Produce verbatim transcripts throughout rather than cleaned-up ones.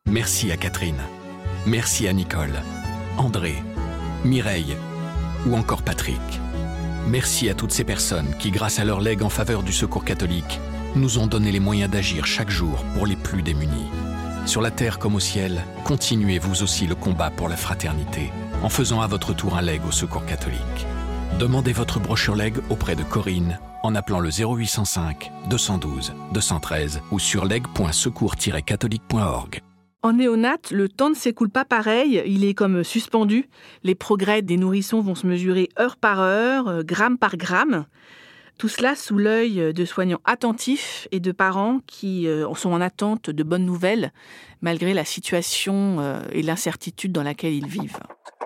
Merci à Catherine. Merci à Nicole, André, Mireille ou encore Patrick. Merci à toutes ces personnes qui, grâce à leur legs en faveur du Secours catholique, nous ont donné les moyens d'agir chaque jour pour les plus démunis. Sur la terre comme au ciel, continuez vous aussi le combat pour la fraternité en faisant à votre tour un leg au Secours catholique. Demandez votre brochure leg auprès de Corinne en appelant le zéro huit cent cinq, deux cent douze, deux cent treize ou sur leg point secours tiret catholique point org. En néonate, le temps ne s'écoule pas pareil, il est comme suspendu. Les progrès des nourrissons vont se mesurer heure par heure, gramme par gramme. Tout cela sous l'œil de soignants attentifs et de parents qui sont en attente de bonnes nouvelles, malgré la situation et l'incertitude dans laquelle ils vivent.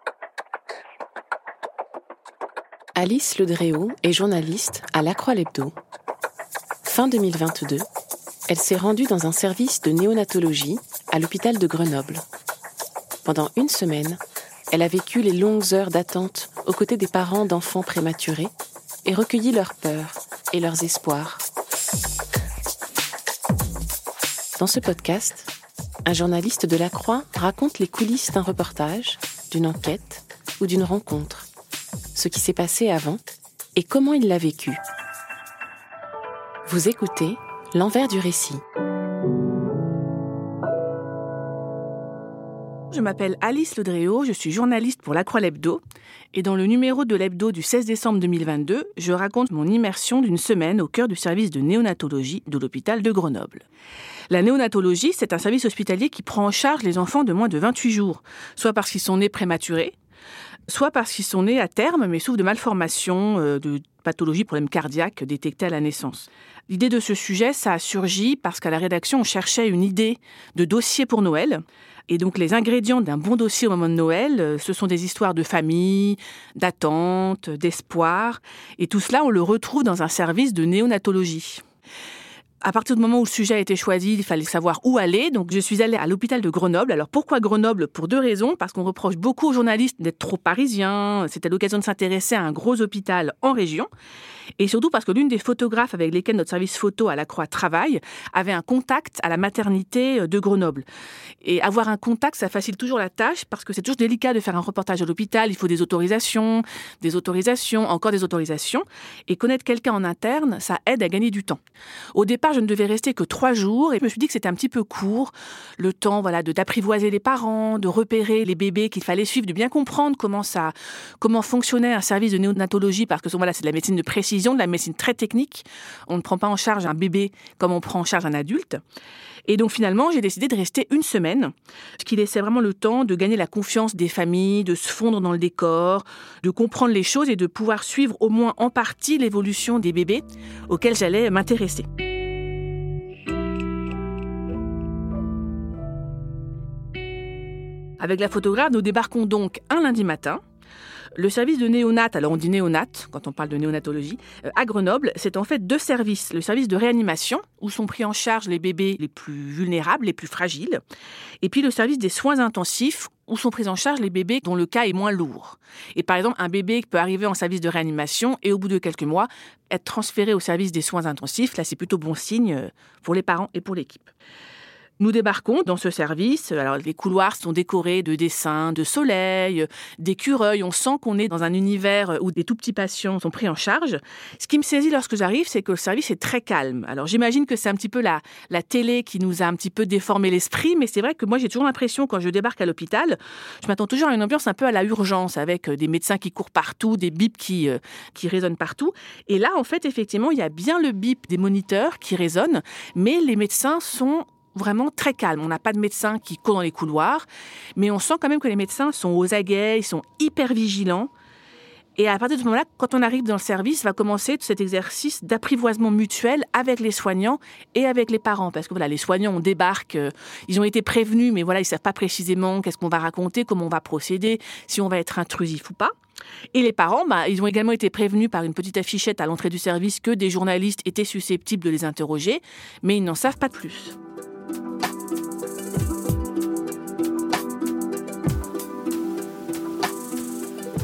Alice Ledréau est journaliste à La Croix l'Hebdo. Fin deux mille vingt-deux, elle s'est rendue dans un service de néonatologie à l'hôpital de Grenoble. Pendant une semaine, elle a vécu les longues heures d'attente aux côtés des parents d'enfants prématurés et recueilli leurs peurs et leurs espoirs. Dans ce podcast, un journaliste de La Croix raconte les coulisses d'un reportage, d'une enquête ou d'une rencontre, ce qui s'est passé avant et comment il l'a vécu. Vous écoutez L'envers du récit. Je m'appelle Alice Ledréau, je suis journaliste pour La Croix l'Hebdo. Et dans le numéro de l'Hebdo du seize décembre deux mille vingt-deux, je raconte mon immersion d'une semaine au cœur du service de néonatologie de l'hôpital de Grenoble. La néonatologie, c'est un service hospitalier qui prend en charge les enfants de moins de vingt-huit jours, soit parce qu'ils sont nés prématurés, soit parce qu'ils sont nés à terme, mais souffrent de malformations, euh, de pathologies, problèmes cardiaques détectés à la naissance. L'idée de ce sujet, ça a surgi parce qu'à la rédaction, on cherchait une idée de dossier pour Noël. Et donc, les ingrédients d'un bon dossier au moment de Noël, ce sont des histoires de famille, d'attente, d'espoir. Et tout cela, on le retrouve dans un service de néonatologie. À partir du moment où le sujet a été choisi, il fallait savoir où aller. Donc, je suis allée à l'hôpital de Grenoble. Alors, pourquoi Grenoble ? Pour deux raisons. Parce qu'on reproche beaucoup aux journalistes d'être trop parisiens. C'était l'occasion de s'intéresser à un gros hôpital en région. Et surtout parce que l'une des photographes avec lesquelles notre service photo à La Croix travaille avait un contact à la maternité de Grenoble. Et avoir un contact, ça facilite toujours la tâche parce que c'est toujours délicat de faire un reportage à l'hôpital. Il faut des autorisations, des autorisations, encore des autorisations. Et connaître quelqu'un en interne, ça aide à gagner du temps. Au départ, je ne devais rester que trois jours et je me suis dit que c'était un petit peu court. Le temps, voilà, de, d'apprivoiser les parents, de repérer les bébés qu'il fallait suivre, de bien comprendre comment ça, comment fonctionnait un service de néonatologie parce que voilà, c'est de la médecine de précision, de la médecine très technique. On ne prend pas en charge un bébé comme on prend en charge un adulte. Et donc finalement, j'ai décidé de rester une semaine, ce qui laissait vraiment le temps de gagner la confiance des familles, de se fondre dans le décor, de comprendre les choses et de pouvoir suivre au moins en partie l'évolution des bébés auxquels j'allais m'intéresser. Avec la photographe, nous débarquons donc un lundi matin. Le service de néonat, alors on dit néonat quand on parle de néonatologie, à Grenoble, c'est en fait deux services. Le service de réanimation, où sont pris en charge les bébés les plus vulnérables, les plus fragiles, et puis le service des soins intensifs, où sont pris en charge les bébés dont le cas est moins lourd. Et par exemple, un bébé peut arriver en service de réanimation et au bout de quelques mois, être transféré au service des soins intensifs. Là, c'est plutôt bon signe pour les parents et pour l'équipe. Nous débarquons dans ce service. Alors, les couloirs sont décorés de dessins, de soleil, d'écureuils. On sent qu'on est dans un univers où des tout petits patients sont pris en charge. Ce qui me saisit lorsque j'arrive, c'est que le service est très calme. Alors, j'imagine que c'est un petit peu la, la télé qui nous a un petit peu déformé l'esprit, mais c'est vrai que moi, j'ai toujours l'impression, quand je débarque à l'hôpital, je m'attends toujours à une ambiance un peu à la urgence, avec des médecins qui courent partout, des bips qui, euh, qui résonnent partout. Et là, en fait, effectivement, il y a bien le bip des moniteurs qui résonnent, mais les médecins sont vraiment très calme. On n'a pas de médecins qui courent dans les couloirs, mais on sent quand même que les médecins sont aux aguets, ils sont hyper vigilants. Et à partir de ce moment-là, quand on arrive dans le service, va commencer cet exercice d'apprivoisement mutuel avec les soignants et avec les parents. Parce que voilà, les soignants, on débarque, euh, ils ont été prévenus, mais voilà, ils ne savent pas précisément qu'est-ce qu'on va raconter, comment on va procéder, si on va être intrusif ou pas. Et les parents, bah, ils ont également été prévenus par une petite affichette à l'entrée du service que des journalistes étaient susceptibles de les interroger, mais ils n'en savent pas plus.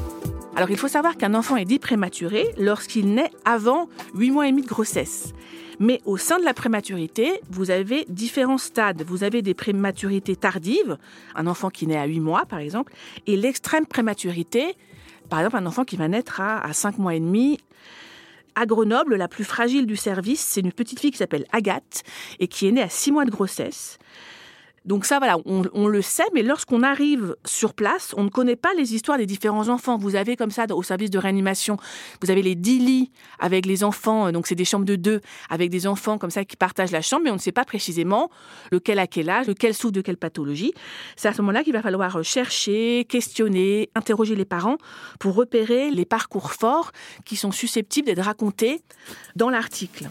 Alors, il faut savoir qu'un enfant est dit prématuré lorsqu'il naît avant huit mois et demi de grossesse. Mais au sein de la prématurité, vous avez différents stades. Vous avez des prématurités tardives, un enfant qui naît à huit mois par exemple, et l'extrême prématurité, par exemple un enfant qui va naître à, à cinq mois et demi. À Grenoble, la plus fragile du service, c'est une petite fille qui s'appelle Agathe et qui est née à six mois de grossesse. Donc ça, voilà, on, on le sait, mais lorsqu'on arrive sur place, on ne connaît pas les histoires des différents enfants. Vous avez comme ça, au service de réanimation, vous avez les dix lits avec les enfants, donc c'est des chambres de deux, avec des enfants comme ça qui partagent la chambre, mais on ne sait pas précisément lequel a quel âge, lequel souffre de quelle pathologie. C'est à ce moment-là qu'il va falloir chercher, questionner, interroger les parents pour repérer les parcours forts qui sont susceptibles d'être racontés dans l'article.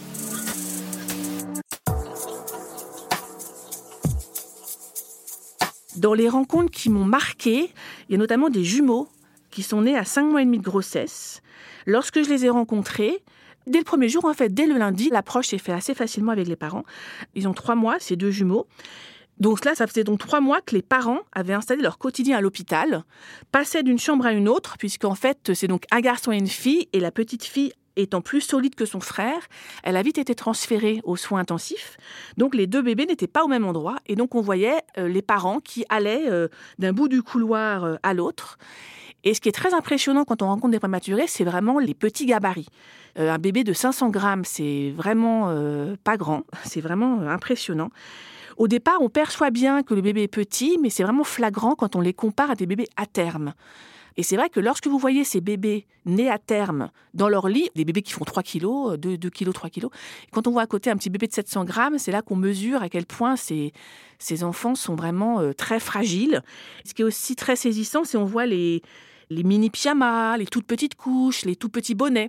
Dans les rencontres qui m'ont marquée, il y a notamment des jumeaux qui sont nés à cinq mois et demi de grossesse. Lorsque je les ai rencontrés, dès le premier jour, en fait, dès le lundi, l'approche s'est faite assez facilement avec les parents. Ils ont trois mois, ces deux jumeaux. Donc là, ça faisait donc trois mois que les parents avaient installé leur quotidien à l'hôpital, passaient d'une chambre à une autre, puisqu'en fait, c'est donc un garçon et une fille, et la petite fille étant plus solide que son frère, elle a vite été transférée aux soins intensifs. Donc les deux bébés n'étaient pas au même endroit. Et donc on voyait euh, les parents qui allaient euh, d'un bout du couloir euh, à l'autre. Et ce qui est très impressionnant quand on rencontre des prématurés, c'est vraiment les petits gabarits. Euh, un bébé de cinq cents grammes, c'est vraiment euh, pas grand. C'est vraiment euh, impressionnant. Au départ, on perçoit bien que le bébé est petit, mais c'est vraiment flagrant quand on les compare à des bébés à terme. Et c'est vrai que lorsque vous voyez ces bébés nés à terme dans leur lit, des bébés qui font trois kilos, deux kilos, trois kilos, et quand on voit à côté un petit bébé de sept cents grammes, c'est là qu'on mesure à quel point ces, ces enfants sont vraiment euh, très fragiles. Ce qui est aussi très saisissant, c'est qu'on voit les, les mini-pyjamas, les toutes petites couches, les tout petits bonnets.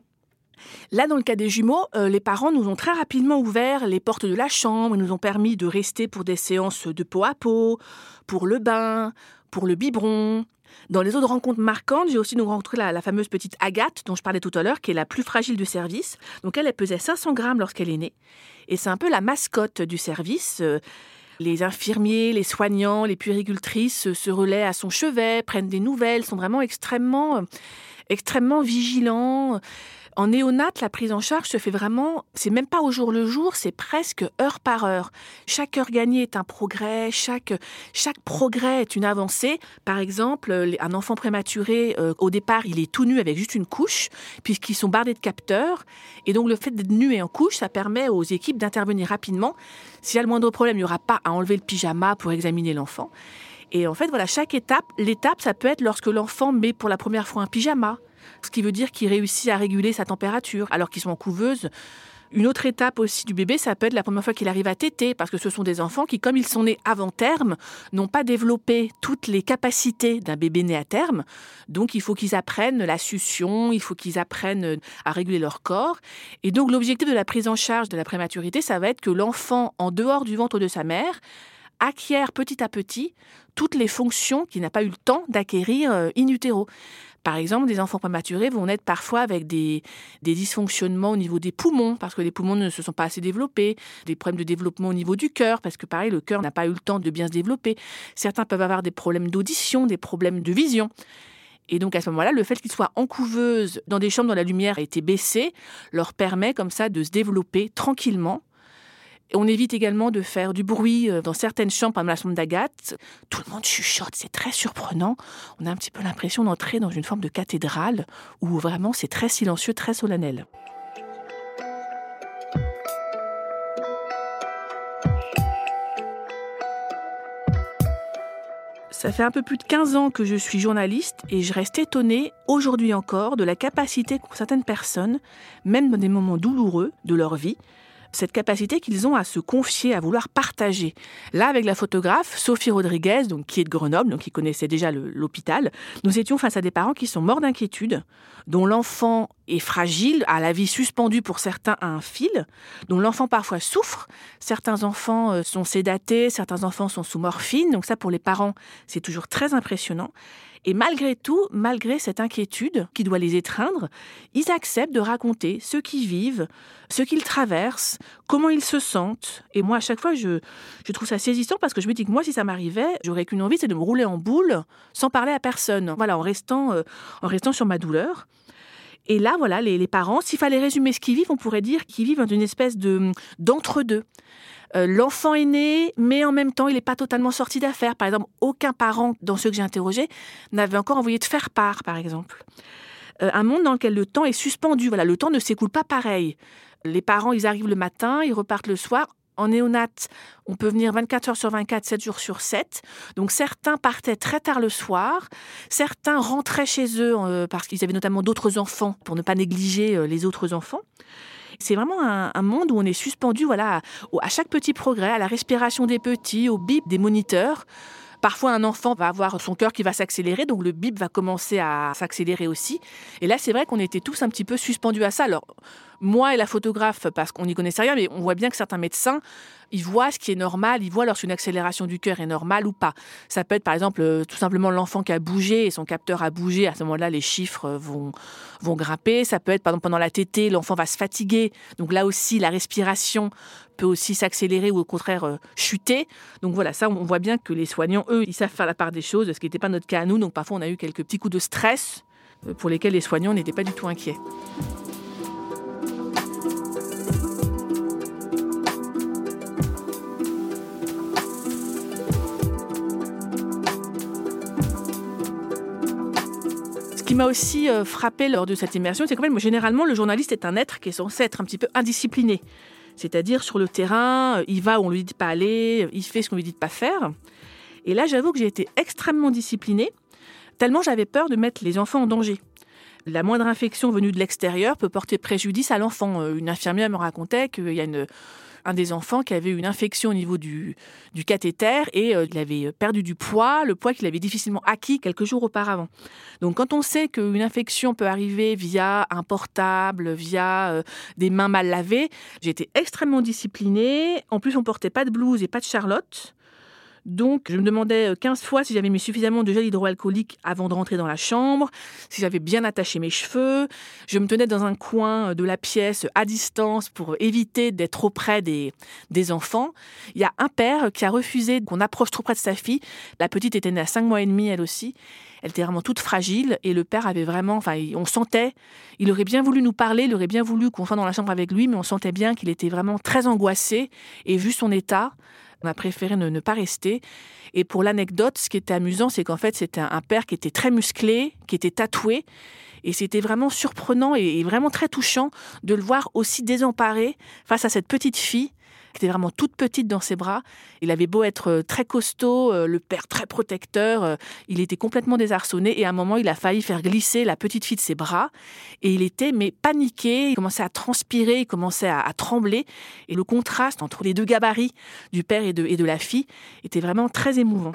Là, dans le cas des jumeaux, euh, les parents nous ont très rapidement ouvert les portes de la chambre, ils nous ont permis de rester pour des séances de peau à peau, pour le bain, pour le biberon. Dans les autres rencontres marquantes, j'ai aussi donc rencontré la, la fameuse petite Agathe, dont je parlais tout à l'heure, qui est la plus fragile du service. Donc elle, elle pesait cinq cents grammes lorsqu'elle est née. Et c'est un peu la mascotte du service. Les infirmiers, les soignants, les puéricultrices se relaient à son chevet, prennent des nouvelles, sont vraiment extrêmement, extrêmement vigilants. En néonat, la prise en charge se fait vraiment, c'est même pas au jour le jour, c'est presque heure par heure. Chaque heure gagnée est un progrès, chaque, chaque progrès est une avancée. Par exemple, un enfant prématuré, euh, au départ, il est tout nu avec juste une couche, puisqu'ils sont bardés de capteurs. Et donc, le fait d'être nu et en couche, ça permet aux équipes d'intervenir rapidement. S'il y a le moindre problème, il n'y aura pas à enlever le pyjama pour examiner l'enfant. Et en fait, voilà, chaque étape, l'étape, ça peut être lorsque l'enfant met pour la première fois un pyjama, ce qui veut dire qu'il réussit à réguler sa température, alors qu'ils sont en couveuse. Une autre étape aussi du bébé, ça peut être la première fois qu'il arrive à téter, parce que ce sont des enfants qui, comme ils sont nés avant terme, n'ont pas développé toutes les capacités d'un bébé né à terme. Donc, il faut qu'ils apprennent la succion, il faut qu'ils apprennent à réguler leur corps. Et donc, l'objectif de la prise en charge de la prématurité, ça va être que l'enfant, en dehors du ventre de sa mère, acquiert petit à petit toutes les fonctions qu'il n'a pas eu le temps d'acquérir in utero. Par exemple, des enfants prématurés vont naître parfois avec des, des dysfonctionnements au niveau des poumons, parce que les poumons ne se sont pas assez développés, des problèmes de développement au niveau du cœur, parce que pareil, le cœur n'a pas eu le temps de bien se développer. Certains peuvent avoir des problèmes d'audition, des problèmes de vision. Et donc à ce moment-là, le fait qu'ils soient en couveuse, dans des chambres dont la lumière a été baissée, leur permet comme ça de se développer tranquillement. Et on évite également de faire du bruit dans certaines chambres, comme la chambre d'Agathe. Tout le monde chuchote, c'est très surprenant. On a un petit peu l'impression d'entrer dans une forme de cathédrale où vraiment c'est très silencieux, très solennel. Ça fait un peu plus de quinze ans que je suis journaliste et je reste étonnée, aujourd'hui encore, de la capacité qu'ont certaines personnes, même dans des moments douloureux de leur vie, cette capacité qu'ils ont à se confier, à vouloir partager. Là, avec la photographe Sophie Rodriguez, donc, qui est de Grenoble, donc qui connaissait déjà le, l'hôpital, nous étions face à des parents qui sont morts d'inquiétude, dont l'enfant est fragile, a la vie suspendue pour certains à un fil, dont l'enfant parfois souffre. Certains enfants sont sédatés, certains enfants sont sous morphine. Donc ça, pour les parents, c'est toujours très impressionnant. Et malgré tout, malgré cette inquiétude qui doit les étreindre, ils acceptent de raconter ce qu'ils vivent, ce qu'ils traversent, comment ils se sentent. Et moi, à chaque fois, je, je trouve ça saisissant parce que je me dis que moi, si ça m'arrivait, j'aurais qu'une envie, c'est de me rouler en boule sans parler à personne. Voilà, en restant, euh, en restant sur ma douleur. Et là, voilà, les, les parents, s'il fallait résumer ce qu'ils vivent, on pourrait dire qu'ils vivent dans une espèce de, d'entre-deux. Euh, l'enfant est né, mais en même temps, il n'est pas totalement sorti d'affaire. Par exemple, aucun parent, dans ceux que j'ai interrogés, n'avait encore envoyé de faire-part, par exemple. Euh, un monde dans lequel le temps est suspendu. Voilà, le temps ne s'écoule pas pareil. Les parents, ils arrivent le matin, ils repartent le soir. En néonat, on peut venir vingt-quatre heures sur vingt-quatre, sept jours sur sept. Donc certains partaient très tard le soir, certains rentraient chez eux euh, parce qu'ils avaient notamment d'autres enfants pour ne pas négliger euh, les autres enfants. C'est vraiment un, un monde où on est suspendu voilà, à, à chaque petit progrès, à la respiration des petits, au bip des moniteurs. Parfois, un enfant va avoir son cœur qui va s'accélérer, donc le bip va commencer à s'accélérer aussi. Et là, c'est vrai qu'on était tous un petit peu suspendus à ça. Alors, moi et la photographe, parce qu'on n'y connaissait rien, mais on voit bien que certains médecins, ils voient ce qui est normal, ils voient lorsqu'une accélération du cœur est normale ou pas. Ça peut être, par exemple, euh, tout simplement l'enfant qui a bougé et son capteur a bougé. À ce moment-là, les chiffres vont, vont grimper. Ça peut être, par exemple, pendant la tétée, l'enfant va se fatiguer. Donc là aussi, la respiration peut aussi s'accélérer ou au contraire euh, chuter. Donc voilà, ça, on voit bien que les soignants, eux, ils savent faire la part des choses, ce qui n'était pas notre cas à nous. Donc parfois, on a eu quelques petits coups de stress euh, pour lesquels les soignants n'étaient pas du tout inquiets. Ce qui m'a aussi euh, frappé lors de cette immersion, c'est qu'en fait, moi, généralement, le journaliste est un être qui est censé être un petit peu indiscipliné. C'est-à-dire, sur le terrain, il va où on lui dit de pas aller, il fait ce qu'on lui dit de pas faire. Et là, j'avoue que j'ai été extrêmement disciplinée, tellement j'avais peur de mettre les enfants en danger. La moindre infection venue de l'extérieur peut porter préjudice à l'enfant. Une infirmière me racontait qu'il y a une... un des enfants qui avait une infection au niveau du, du cathéter et euh, il avait perdu du poids, le poids qu'il avait difficilement acquis quelques jours auparavant. Donc quand on sait qu'une infection peut arriver via un portable, via euh, des mains mal lavées, j'ai été extrêmement disciplinée. En plus, on ne portait pas de blouse et pas de charlotte. Donc, je me demandais quinze fois si j'avais mis suffisamment de gel hydroalcoolique avant de rentrer dans la chambre, si j'avais bien attaché mes cheveux. Je me tenais dans un coin de la pièce à distance pour éviter d'être trop près des, des enfants. Il y a un père qui a refusé qu'on approche trop près de sa fille. La petite était née à cinq mois et demi, elle aussi. Elle était vraiment toute fragile et le père avait vraiment... Enfin, on sentait... Il aurait bien voulu nous parler, il aurait bien voulu qu'on soit dans la chambre avec lui, mais on sentait bien qu'il était vraiment très angoissé. Et vu son état... On a préféré ne, ne pas rester. Et pour l'anecdote, ce qui était amusant, c'est qu'en fait, c'était un, un père qui était très musclé, qui était tatoué. Et c'était vraiment surprenant et, et vraiment très touchant de le voir aussi désemparé face à cette petite fille qui était vraiment toute petite dans ses bras. Il avait beau être très costaud, le père très protecteur, il était complètement désarçonné et à un moment, il a failli faire glisser la petite fille de ses bras et il était mais paniqué, il commençait à transpirer, il commençait à, à trembler et le contraste entre les deux gabarits du père et de, et de la fille était vraiment très émouvant.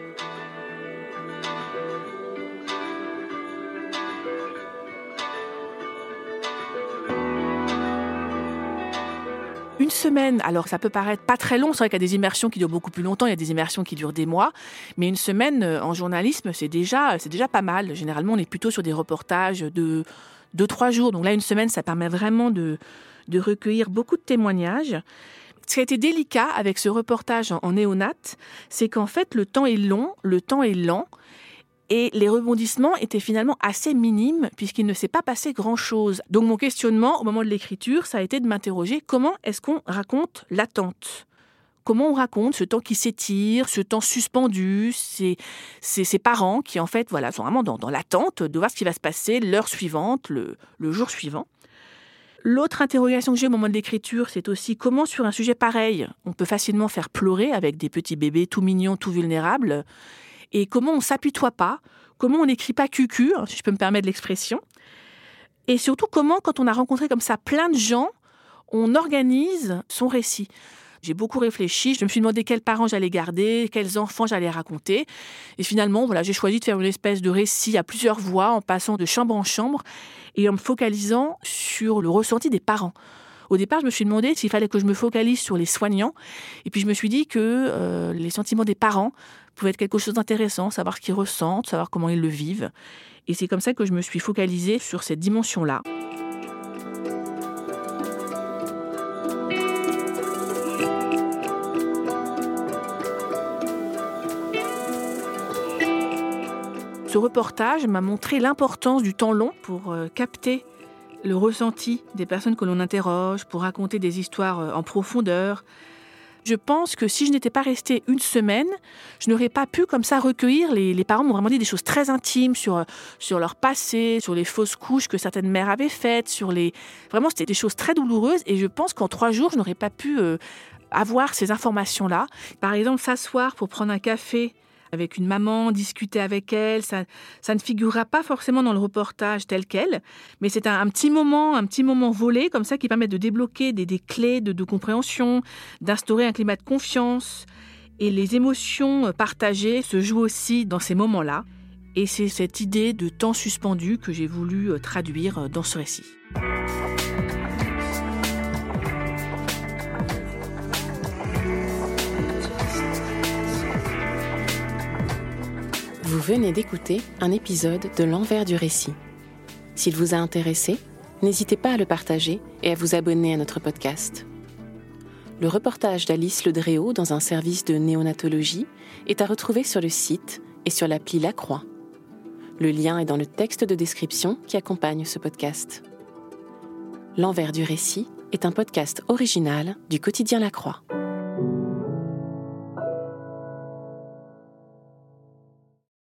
Une semaine, alors ça peut paraître pas très long, c'est vrai qu'il y a des immersions qui durent beaucoup plus longtemps, il y a des immersions qui durent des mois, mais une semaine en journalisme, c'est déjà, c'est déjà pas mal. Généralement, on est plutôt sur des reportages de deux, trois jours. Donc là, une semaine, ça permet vraiment de, de recueillir beaucoup de témoignages. Ce qui a été délicat avec ce reportage en, en néonat, c'est qu'en fait, le temps est long, le temps est lent, et les rebondissements étaient finalement assez minimes puisqu'il ne s'est pas passé grand-chose. Donc mon questionnement au moment de l'écriture, ça a été de m'interroger comment est-ce qu'on raconte l'attente ? Comment on raconte ce temps qui s'étire, ce temps suspendu, ces, ces, ces parents qui en fait voilà, sont vraiment dans, dans l'attente de voir ce qui va se passer l'heure suivante, le, le jour suivant. L'autre interrogation que j'ai au moment de l'écriture, c'est aussi comment sur un sujet pareil, on peut facilement faire pleurer avec des petits bébés tout mignons, tout vulnérables. Et comment on ne s'apitoie pas, comment on n'écrit pas cucu, si je peux me permettre l'expression. Et surtout, comment, quand on a rencontré comme ça plein de gens, on organise son récit. J'ai beaucoup réfléchi, je me suis demandé quels parents j'allais garder, quels enfants j'allais raconter. Et finalement, voilà, j'ai choisi de faire une espèce de récit à plusieurs voix, en passant de chambre en chambre, et en me focalisant sur le ressenti des parents. Au départ, je me suis demandé s'il fallait que je me focalise sur les soignants. Et puis, je me suis dit que euh, les sentiments des parents pouvaient être quelque chose d'intéressant, savoir ce qu'ils ressentent, savoir comment ils le vivent. Et c'est comme ça que je me suis focalisée sur cette dimension-là. Ce reportage m'a montré l'importance du temps long pour euh, capter le ressenti des personnes que l'on interroge, pour raconter des histoires en profondeur. Je pense que si je n'étais pas restée une semaine, je n'aurais pas pu comme ça recueillir. Les, les parents m'ont vraiment dit des choses très intimes sur, sur leur passé, sur les fausses couches que certaines mères avaient faites. Sur les... Vraiment, c'était des choses très douloureuses. Et je pense qu'en trois jours, je n'aurais pas pu euh, avoir ces informations-là. Par exemple, s'asseoir pour prendre un café avec une maman, discuter avec elle, ça, ça ne figurera pas forcément dans le reportage tel quel, mais c'est un, un petit moment, un petit moment volé comme ça qui permet de débloquer des, des clés de, de compréhension, d'instaurer un climat de confiance. Et les émotions partagées se jouent aussi dans ces moments-là. Et c'est cette idée de temps suspendu que j'ai voulu traduire dans ce récit. Vous venez d'écouter un épisode de L'Envers du récit. S'il vous a intéressé, n'hésitez pas à le partager et à vous abonner à notre podcast. Le reportage d'Alice Ledréau dans un service de néonatologie est à retrouver sur le site et sur l'appli La Croix. Le lien est dans le texte de description qui accompagne ce podcast. L'Envers du récit est un podcast original du quotidien La Croix.